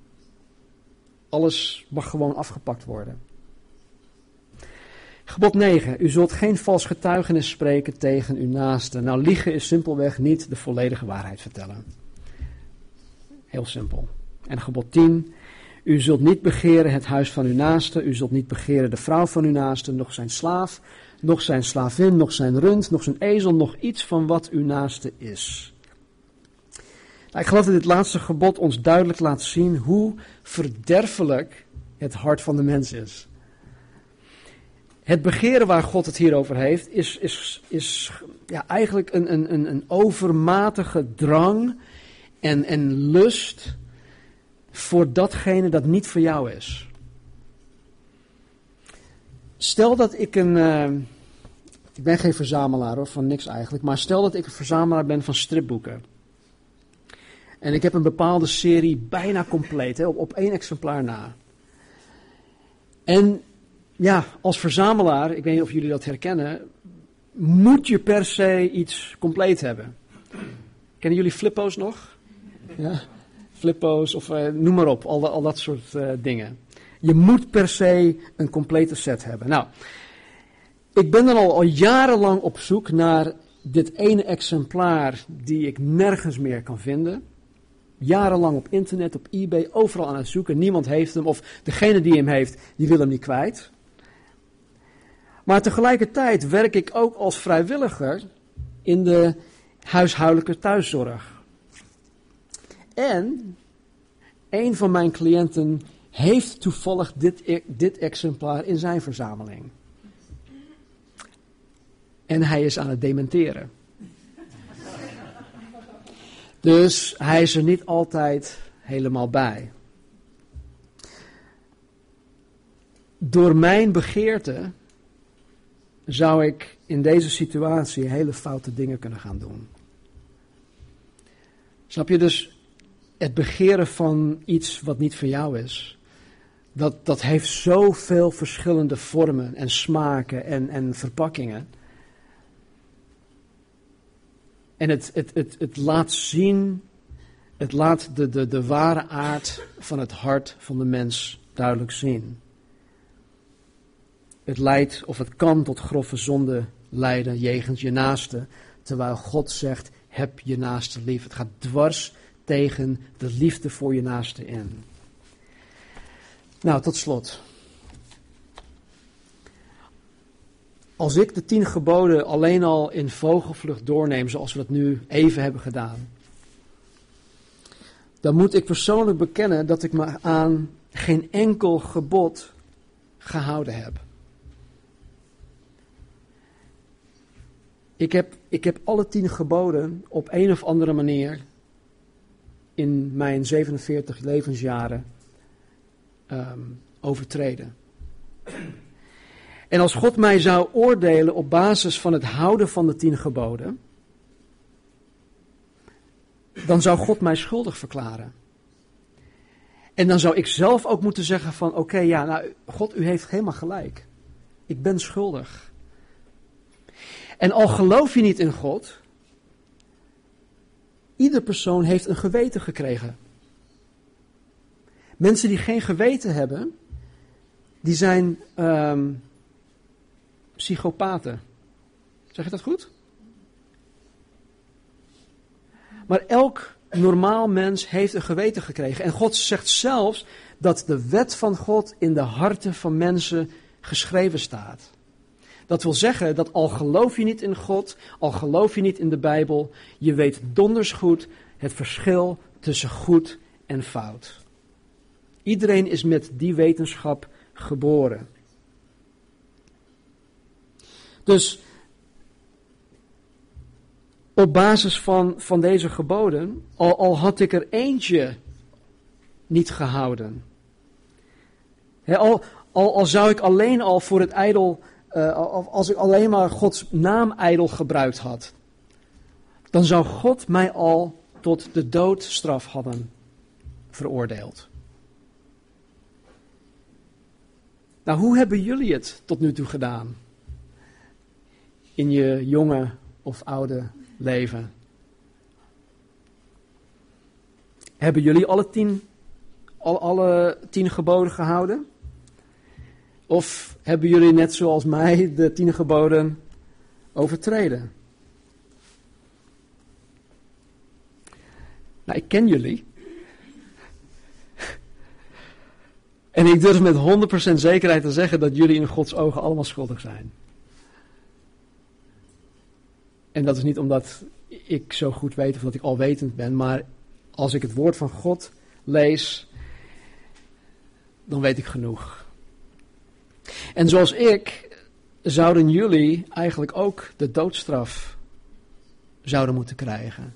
Alles mag gewoon afgepakt worden. Gebod 9. U zult geen vals getuigenis spreken tegen uw naaste. Nou, liegen is simpelweg niet de volledige waarheid vertellen. Heel simpel. En gebod 10. U zult niet begeren het huis van uw naaste. U zult niet begeren de vrouw van uw naaste, nog zijn slaaf, nog zijn slavin, nog zijn rund, nog zijn ezel, nog iets van wat uw naaste is. Nou, ik geloof dat dit laatste gebod ons duidelijk laat zien hoe verderfelijk het hart van de mens is. Het begeren waar God het hier over heeft, is eigenlijk een overmatige drang en lust voor datgene dat niet voor jou is. Stel dat ik ik ben geen verzamelaar hoor, van niks eigenlijk, maar stel dat ik een verzamelaar ben van stripboeken. En ik heb een bepaalde serie bijna compleet, op 1 exemplaar na. En ja, als verzamelaar, ik weet niet of jullie dat herkennen, moet je per se iets compleet hebben. Kennen jullie Flippo's nog? Ja, Flippo's of noem maar op, al dat soort dingen. Je moet per se een complete set hebben. Nou, ik ben dan al jarenlang op zoek naar dit ene exemplaar die ik nergens meer kan vinden. Jarenlang op internet, op eBay, overal aan het zoeken. Niemand heeft hem of degene die hem heeft, die wil hem niet kwijt. Maar tegelijkertijd werk ik ook als vrijwilliger in de huishoudelijke thuiszorg. En een van mijn cliënten heeft toevallig dit exemplaar in zijn verzameling. En hij is aan het dementeren. Dus hij is er niet altijd helemaal bij. Door mijn begeerte zou ik in deze situatie hele foute dingen kunnen gaan doen. Snap je? Dus het begeren van iets wat niet van jou is, dat heeft zoveel verschillende vormen en smaken en verpakkingen. En het laat zien Het laat de ware aard van het hart van de mens duidelijk zien. Het leidt of het kan tot grove zonde leiden jegens je naaste, terwijl God zegt, heb je naaste lief. Het gaat dwars tegen de liefde voor je naaste in. Nou, tot slot. Als ik de 10 geboden alleen al in vogelvlucht doorneem, zoals we dat nu even hebben gedaan, dan moet ik persoonlijk bekennen dat ik me aan geen enkel gebod gehouden heb. Ik heb alle 10 geboden op een of andere manier in mijn 47 levensjaren overtreden. En als God mij zou oordelen op basis van het houden van de 10 geboden, dan zou God mij schuldig verklaren. En dan zou ik zelf ook moeten zeggen van, oké, ja, nou, God, u heeft helemaal gelijk. Ik ben schuldig. En al geloof je niet in God, ieder persoon heeft een geweten gekregen. Mensen die geen geweten hebben, die zijn psychopaten. Zeg je dat goed? Maar elk normaal mens heeft een geweten gekregen. En God zegt zelfs dat de wet van God in de harten van mensen geschreven staat. Dat wil zeggen dat al geloof je niet in God, al geloof je niet in de Bijbel, je weet donders goed het verschil tussen goed en fout. Iedereen is met die wetenschap geboren. Dus op basis van deze geboden, al had ik er eentje niet gehouden. Al zou ik alleen al voor het ijdel, als ik alleen maar Gods naam ijdel gebruikt had, dan zou God mij al tot de doodstraf hadden veroordeeld. Nou, hoe hebben jullie het tot nu toe gedaan? In je jonge of oude leven. Hebben jullie alle 10 geboden gehouden? Of hebben jullie net zoals mij de 10 geboden overtreden? Nou, ik ken jullie. En ik durf met 100% zekerheid te zeggen dat jullie in Gods ogen allemaal schuldig zijn. En dat is niet omdat ik zo goed weet of dat ik alwetend ben, maar als ik het woord van God lees, dan weet ik genoeg. En zoals ik, zouden jullie eigenlijk ook de doodstraf zouden moeten krijgen.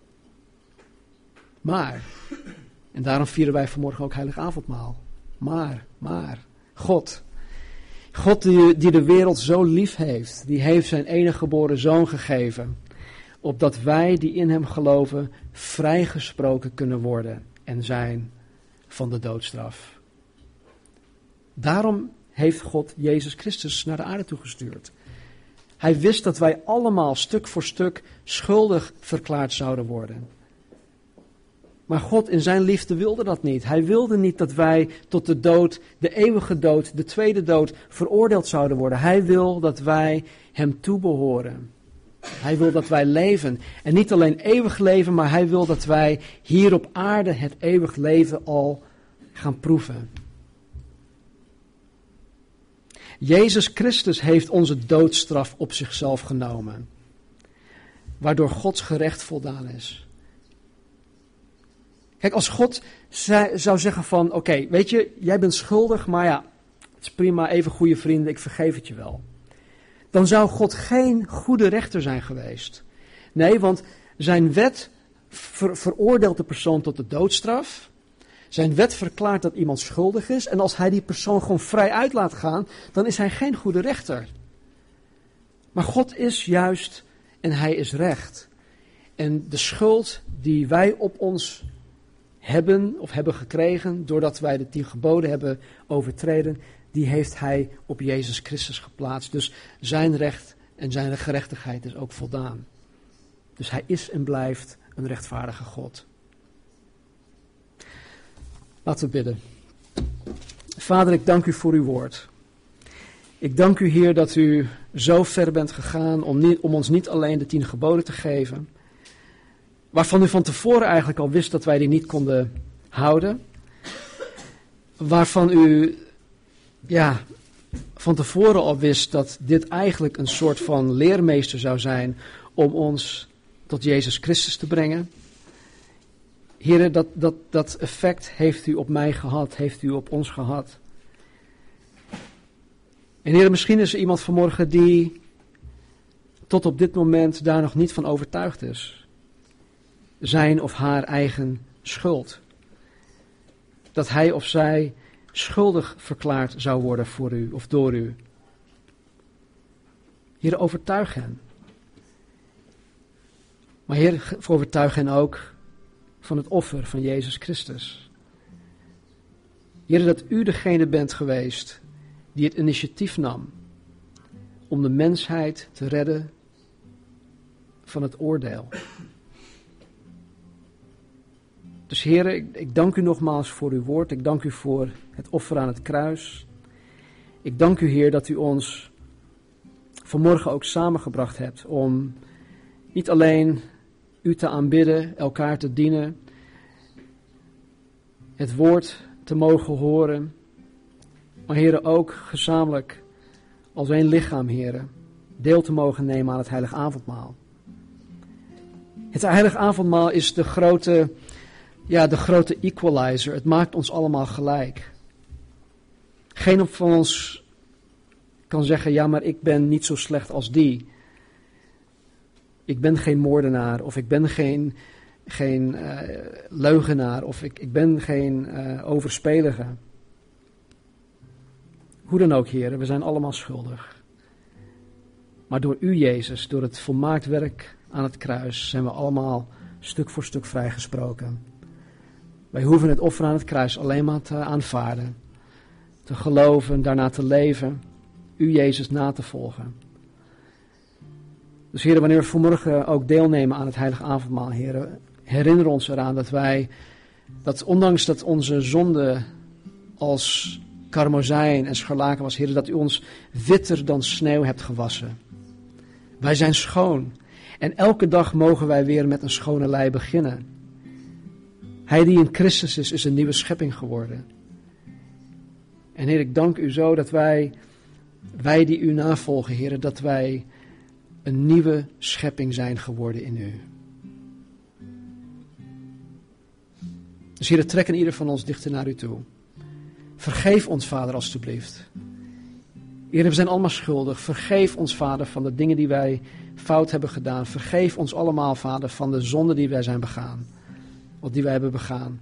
Maar, en daarom vieren wij vanmorgen ook heilig avondmaal. Maar, God die de wereld zo lief heeft, die heeft zijn enige geboren zoon gegeven, opdat wij die in hem geloven vrijgesproken kunnen worden en zijn van de doodstraf. Daarom heeft God Jezus Christus naar de aarde toegestuurd. Hij wist dat wij allemaal stuk voor stuk schuldig verklaard zouden worden. Maar God in zijn liefde wilde dat niet. Hij wilde niet dat wij tot de dood, de eeuwige dood, de tweede dood veroordeeld zouden worden. Hij wil dat wij hem toebehoren. Hij wil dat wij leven. En niet alleen eeuwig leven, maar hij wil dat wij hier op aarde het eeuwig leven al gaan proeven. Jezus Christus heeft onze doodstraf op zichzelf genomen, waardoor Gods gerecht voldaan is. Kijk, als God zou zeggen van, oké, weet je, jij bent schuldig, maar ja, het is prima, even goede vrienden, ik vergeef het je wel. Dan zou God geen goede rechter zijn geweest. Nee, want zijn wet veroordeelt de persoon tot de doodstraf. Zijn wet verklaart dat iemand schuldig is. En als hij die persoon gewoon vrij uit laat gaan, dan is hij geen goede rechter. Maar God is juist en hij is recht. En de schuld die wij op ons hebben of hebben gekregen, doordat wij de 10 geboden hebben overtreden, die heeft hij op Jezus Christus geplaatst. Dus zijn recht en zijn gerechtigheid is ook voldaan. Dus hij is en blijft een rechtvaardige God. Laten we bidden. Vader, ik dank u voor uw woord. Ik dank u, Heer, dat u zo ver bent gegaan om ons niet alleen de 10 geboden te geven, waarvan u van tevoren eigenlijk al wist dat wij die niet konden houden, waarvan u van tevoren al wist dat dit eigenlijk een soort van leermeester zou zijn om ons tot Jezus Christus te brengen. Heer, dat effect heeft u op mij gehad, heeft u op ons gehad. En Heer, misschien is er iemand vanmorgen die tot op dit moment daar nog niet van overtuigd is. Zijn of haar eigen schuld. Dat hij of zij schuldig verklaard zou worden voor u of door u. Heer, overtuig hen. Maar Heer, overtuig hen ook van het offer van Jezus Christus. Heer, dat u degene bent geweest die het initiatief nam om de mensheid te redden van het oordeel. Dus Heer, ik dank u nogmaals voor uw woord. Ik dank u voor het offer aan het kruis. Ik dank u, Heer, dat u ons vanmorgen ook samengebracht hebt om niet alleen u te aanbidden, elkaar te dienen, het woord te mogen horen, maar Heer, ook gezamenlijk als één lichaam, Heer, deel te mogen nemen aan het heilig avondmaal. Het heilig avondmaal is de grote equalizer. Het maakt ons allemaal gelijk. Geen van ons kan zeggen, ja, maar ik ben niet zo slecht als die. Ik ben geen moordenaar, of ik ben geen leugenaar, of ik ben geen overspelige. Hoe dan ook, Heer, we zijn allemaal schuldig. Maar door u, Jezus, door het volmaakt werk aan het kruis, zijn we allemaal stuk voor stuk vrijgesproken. Wij hoeven het offer aan het kruis alleen maar te aanvaarden, te geloven, daarna te leven, u, Jezus, na te volgen. Dus Heer, wanneer we vanmorgen ook deelnemen aan het heilige avondmaal, Heer, herinner ons eraan dat ondanks dat onze zonde als karmozijn en scharlaken was, Heer, dat u ons witter dan sneeuw hebt gewassen. Wij zijn schoon en elke dag mogen wij weer met een schone lei beginnen. Hij die in Christus is een nieuwe schepping geworden. En Heer, ik dank u zo dat wij die u navolgen, Heer, dat wij een nieuwe schepping zijn geworden in u. Dus Heer, trek ieder van ons dichter naar u toe. Vergeef ons, Vader, alstublieft. Heer, we zijn allemaal schuldig. Vergeef ons, Vader, van de dingen die wij fout hebben gedaan. Vergeef ons allemaal, Vader, van de zonden die wij zijn begaan. Of die wij hebben begaan.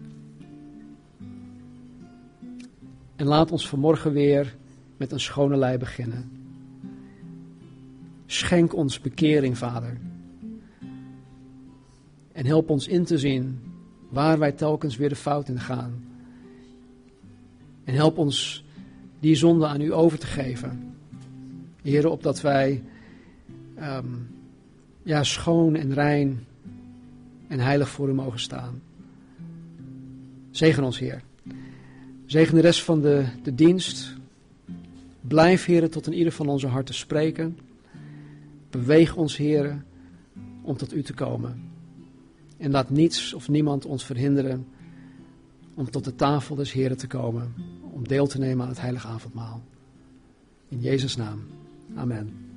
En laat ons vanmorgen weer met een schone lei beginnen. Schenk ons bekering, Vader. En help ons in te zien waar wij telkens weer de fout in gaan. En help ons die zonde aan u over te geven. Heer, opdat wij schoon en rein en heilig voor u mogen staan. Zegen ons, Heer. Zegen de rest van de dienst. Blijf, Heer, tot in ieder van onze harten spreken. Beweeg ons, Heer, om tot u te komen. En laat niets of niemand ons verhinderen om tot de tafel des Heren te komen. Om deel te nemen aan het heilige avondmaal. In Jezus' naam. Amen.